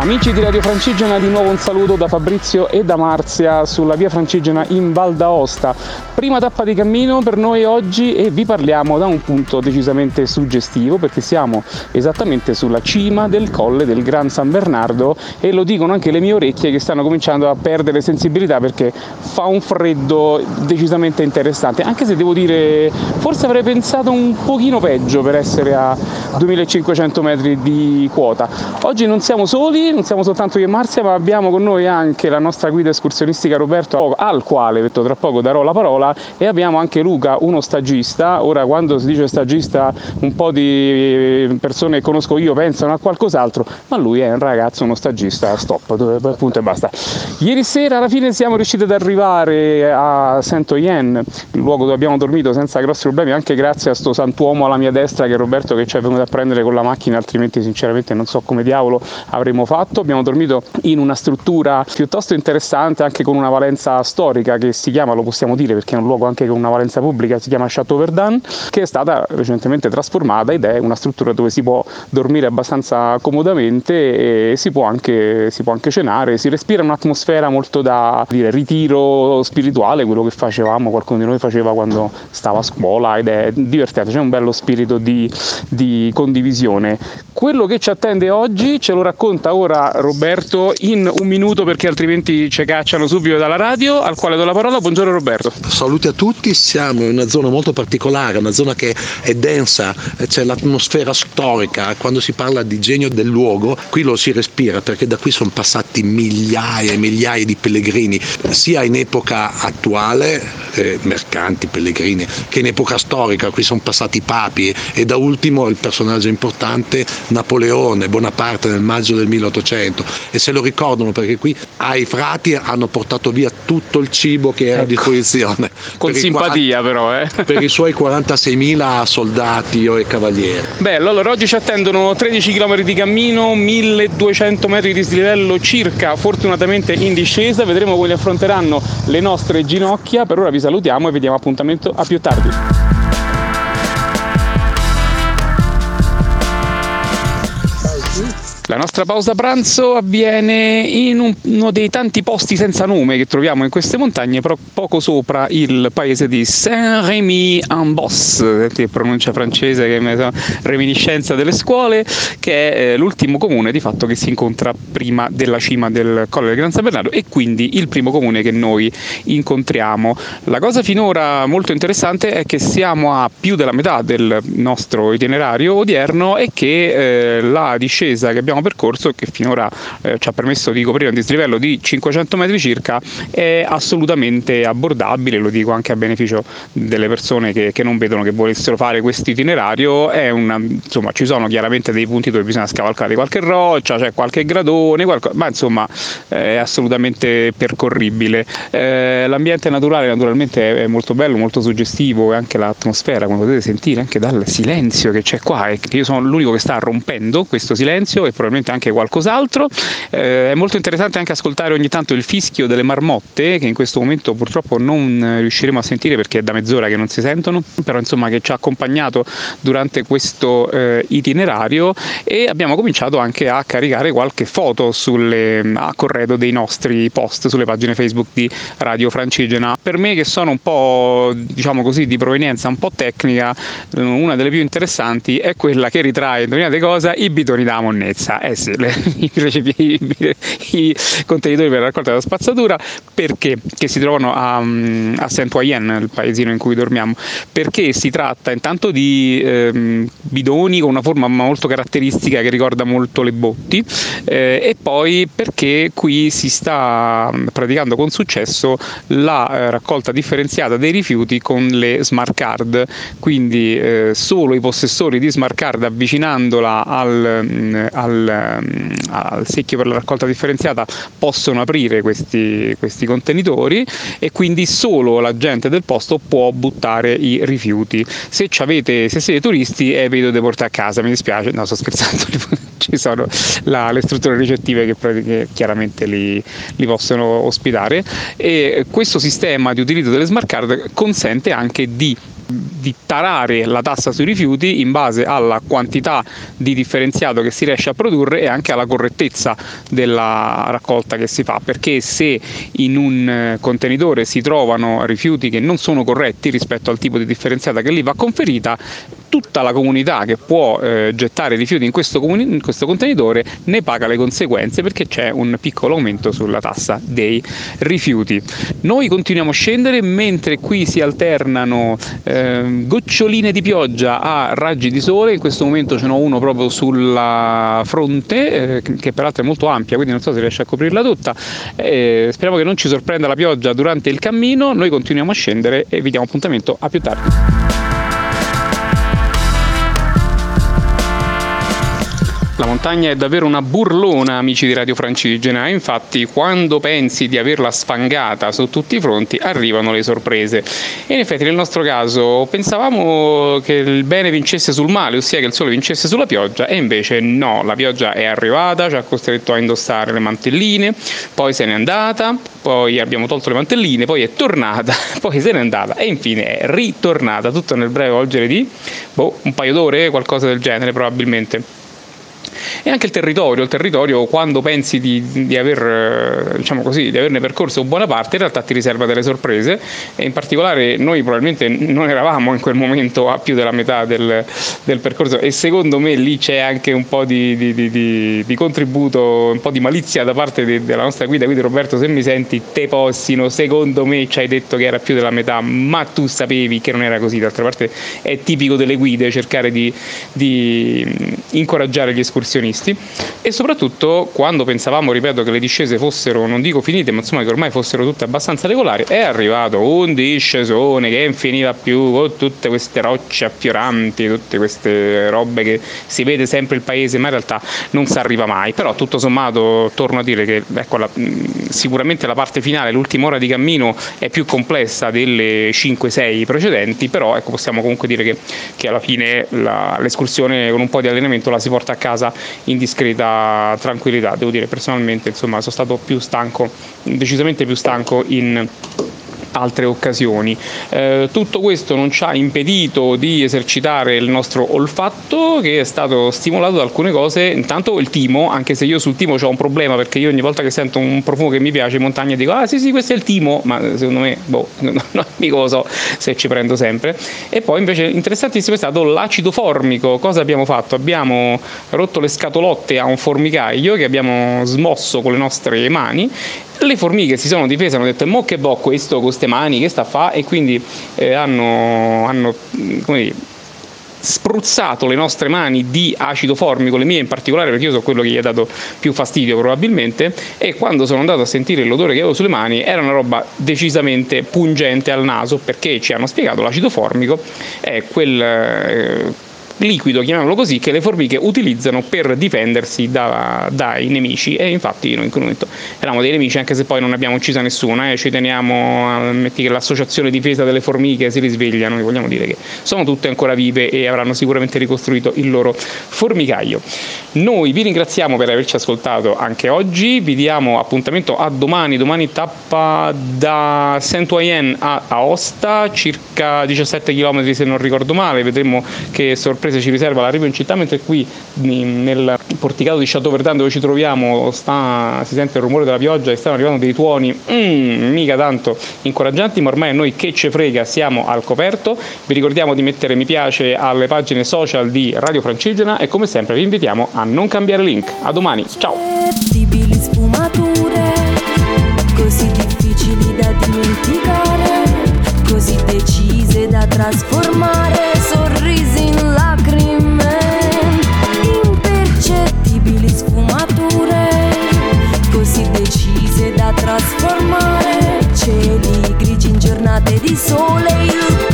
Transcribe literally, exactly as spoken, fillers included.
Amici di Radio Francigena, di nuovo un saluto da Fabrizio e da Marzia sulla via Francigena in Val d'Aosta. Prima tappa di cammino per noi oggi e vi parliamo da un punto decisamente suggestivo, perché siamo esattamente sulla cima del colle del Gran San Bernardo e lo dicono anche le mie orecchie che stanno cominciando a perdere sensibilità perché fa un freddo decisamente interessante, anche se devo dire forse avrei pensato un pochino peggio per essere a duemilacinquecento metri di quota. Oggi non siamo soli, non siamo soltanto io e Marzia, ma abbiamo con noi anche la nostra guida escursionistica Roberto, al quale detto tra poco darò la parola, e abbiamo anche Luca, uno stagista. Ora, quando si dice stagista, un po' di persone che conosco io pensano a qualcos'altro, ma lui è un ragazzo, uno stagista, stop, punto e basta. Ieri sera alla fine siamo riusciti ad arrivare a Saint-Oyen, il luogo dove abbiamo dormito senza grossi problemi, anche grazie a sto santuomo alla mia destra che è Roberto, che ci è venuto a prendere con la macchina, altrimenti sinceramente non so come diavolo avremmo fatto. Abbiamo dormito in una struttura piuttosto interessante, anche con una valenza storica, che si chiama, lo possiamo dire perché è un luogo anche con una valenza pubblica, si chiama Château Verdun, che è stata recentemente trasformata ed è una struttura dove si può dormire abbastanza comodamente e si può anche, si può anche cenare, si respira un'atmosfera molto da dire ritiro spirituale, quello che facevamo, qualcuno di noi faceva quando stava a scuola, ed è divertente, c'è un bello spirito di, di condivisione. Quello che ci attende oggi ce lo racconta ora Roberto in un minuto, perché altrimenti ci cacciano subito dalla radio, al quale do la parola. Buongiorno Roberto. Saluti a tutti, siamo in una zona molto particolare, una zona che è densa, c'è l'atmosfera storica, quando si parla di genio del luogo, qui lo si respira perché da qui sono passati migliaia e migliaia di pellegrini, sia in epoca attuale, eh, mercanti, pellegrini, che in epoca storica, qui sono passati i papi e da ultimo il personaggio importante Napoleone Bonaparte nel maggio del milleottocento, e se lo ricordano perché qui ai frati hanno portato via tutto il cibo che era a disposizione. Con per simpatia quaranta, però, eh. per i suoi quarantaseimila soldati e cavalieri. Bello, allora oggi ci attendono tredici chilometri di cammino, milleduecento metri di dislivello circa, fortunatamente in discesa, vedremo come li affronteranno le nostre ginocchia. Per ora vi salutiamo e vi diamo appuntamento a più tardi. La nostra pausa pranzo avviene in un, uno dei tanti posti senza nome che troviamo in queste montagne, però poco sopra il paese di Saint-Rémy-en-Bosse, che pronuncia francese, che è reminiscenza delle scuole, che è eh, l'ultimo comune di fatto che si incontra prima della cima del Colle del Gran San Bernardo, e quindi il primo comune che noi incontriamo. La cosa finora molto interessante è che siamo a più della metà del nostro itinerario odierno e che eh, la discesa che abbiamo percorso, che finora eh, ci ha permesso di coprire un dislivello di cinquecento metri circa, è assolutamente abbordabile. Lo dico anche a beneficio delle persone che, che non vedono che volessero fare questo itinerario. È una, insomma, ci sono chiaramente dei punti dove bisogna scavalcare qualche roccia, c'è qualche gradone, qualcosa, ma insomma è assolutamente percorribile. Eh, l'ambiente naturale naturalmente è molto bello, molto suggestivo, e anche l'atmosfera, come potete sentire anche dal silenzio che c'è qua, e che io sono l'unico che sta rompendo questo silenzio, e probabilmente anche qualcos'altro. Eh, è molto interessante anche ascoltare ogni tanto il fischio delle marmotte, che in questo momento purtroppo non riusciremo a sentire perché è da mezz'ora che non si sentono, però insomma che ci ha accompagnato durante questo eh, itinerario, e abbiamo cominciato anche a caricare qualche foto sulle, a corredo dei nostri post sulle pagine Facebook di Radio Francigena. Per me, che sono un po', diciamo così, di provenienza un po' tecnica, una delle più interessanti è quella che ritrae, indovinate cosa, i bidoni da monnezza. Eh sì, le, i, i, i contenitori per la raccolta della spazzatura, perché che si trovano a, a Saint-Oyen, il paesino in cui dormiamo, perché si tratta intanto di ehm, bidoni con una forma molto caratteristica che ricorda molto le botti, eh, e poi perché qui si sta praticando con successo la eh, raccolta differenziata dei rifiuti con le smart card, quindi eh, solo i possessori di smart card, avvicinandola al, al al secchio per la raccolta differenziata, possono aprire questi, questi contenitori, e quindi solo la gente del posto può buttare i rifiuti. Se avete, se siete turisti e eh, vi dovete portare a casa, mi dispiace, no, sto scherzando, ci sono la, le strutture ricettive che, che chiaramente li, li possono ospitare, e questo sistema di utilizzo delle smart card consente anche di di tarare la tassa sui rifiuti in base alla quantità di differenziato che si riesce a produrre e anche alla correttezza della raccolta che si fa, perché se in un contenitore si trovano rifiuti che non sono corretti rispetto al tipo di differenziata che lì va conferita, tutta la comunità che può eh, gettare rifiuti in questo, comuni- in questo contenitore ne paga le conseguenze, perché c'è un piccolo aumento sulla tassa dei rifiuti. Noi continuiamo a scendere mentre qui si alternano eh, goccioline di pioggia a raggi di sole. In questo momento ce n'ho uno proprio sulla fronte, eh, che peraltro è molto ampia, quindi non so se riesce a coprirla tutta. Eh, speriamo che non ci sorprenda la pioggia durante il cammino. Noi continuiamo a scendere e vi diamo appuntamento a più tardi. La montagna è davvero una burlona, amici di Radio Francigena, infatti quando pensi di averla sfangata su tutti i fronti arrivano le sorprese. E in effetti nel nostro caso pensavamo che il bene vincesse sul male, ossia che il sole vincesse sulla pioggia, e invece no, la pioggia è arrivata, ci ha costretto a indossare le mantelline, poi se n'è andata, poi abbiamo tolto le mantelline, poi è tornata, poi se n'è andata e infine è ritornata, tutto nel breve volgere di boh, un paio d'ore, qualcosa del genere probabilmente. E anche il territorio, il territorio quando pensi di, di aver, diciamo così, di averne percorso buona parte, in realtà ti riserva delle sorprese, e in particolare noi probabilmente non eravamo in quel momento a più della metà del, del percorso, e secondo me lì c'è anche un po' di, di, di, di, di contributo, un po' di malizia da parte de, della nostra guida. Quindi Roberto, se mi senti, te possino, secondo me ci hai detto che era più della metà, ma tu sapevi che non era così. D'altra parte è tipico delle guide cercare di, di incoraggiare gli escursionisti. E soprattutto quando pensavamo, ripeto, che le discese fossero, non dico finite, ma insomma che ormai fossero tutte abbastanza regolari, è arrivato un discesone che non finiva più, con tutte queste rocce affioranti, tutte queste robe che si vede sempre il paese ma in realtà non si arriva mai. Però tutto sommato torno a dire che ecco, la, sicuramente la parte finale, l'ultima ora di cammino è più complessa delle cinque sei precedenti, però ecco, possiamo comunque dire che, che alla fine la, l'escursione con un po' di allenamento la si porta a casa in discreta tranquillità. Devo dire personalmente, insomma, sono stato più stanco, decisamente più stanco in altre occasioni. Eh, tutto questo non ci ha impedito di esercitare il nostro olfatto, che è stato stimolato da alcune cose. Intanto il timo, anche se io sul timo ho un problema, perché io ogni volta che sento un profumo che mi piace in montagna dico ah sì sì questo è il timo, ma secondo me boh, non mica lo so se ci prendo sempre. E poi invece interessantissimo è stato l'acido formico. Cosa abbiamo fatto? Abbiamo rotto le scatolotte a un formicaio che abbiamo smosso con le nostre mani. Le formiche si sono difese, hanno detto mo che boh questo con queste mani che sta a fa, e quindi eh, hanno, hanno come dire, spruzzato le nostre mani di acido formico, le mie in particolare perché io sono quello che gli ha dato più fastidio probabilmente, e quando sono andato a sentire l'odore che avevo sulle mani era una roba decisamente pungente al naso, perché ci hanno spiegato l'acido formico è quel eh, liquido, chiamiamolo così, che le formiche utilizzano per difendersi da, dai nemici. E infatti noi in quel momento eravamo dei nemici, anche se poi non abbiamo ucciso nessuno, eh. Ci teniamo a metti che l'associazione difesa delle formiche si risveglia, noi vogliamo dire che sono tutte ancora vive e avranno sicuramente ricostruito il loro formicaio. Noi vi ringraziamo per averci ascoltato anche oggi, vi diamo appuntamento a domani. Domani tappa da Saint-Oyen a Aosta, circa diciassette chilometri se non ricordo male. Vedremo che sorpresa ci riserva l'arrivo in città, mentre qui nel porticato di Château Verdun dove ci troviamo sta, si sente il rumore della pioggia e stanno arrivando dei tuoni mm, mica tanto incoraggianti, ma ormai a noi che ce frega, siamo al coperto. Vi ricordiamo di mettere mi piace alle pagine social di Radio Francigena e come sempre vi invitiamo a non cambiare link. A domani, ciao! Sfumature così difficili da dimenticare, così decise da trasformare sorrisi in lacrime, impercettibili sfumature così decise da trasformare cieli grigi in giornate di sole, il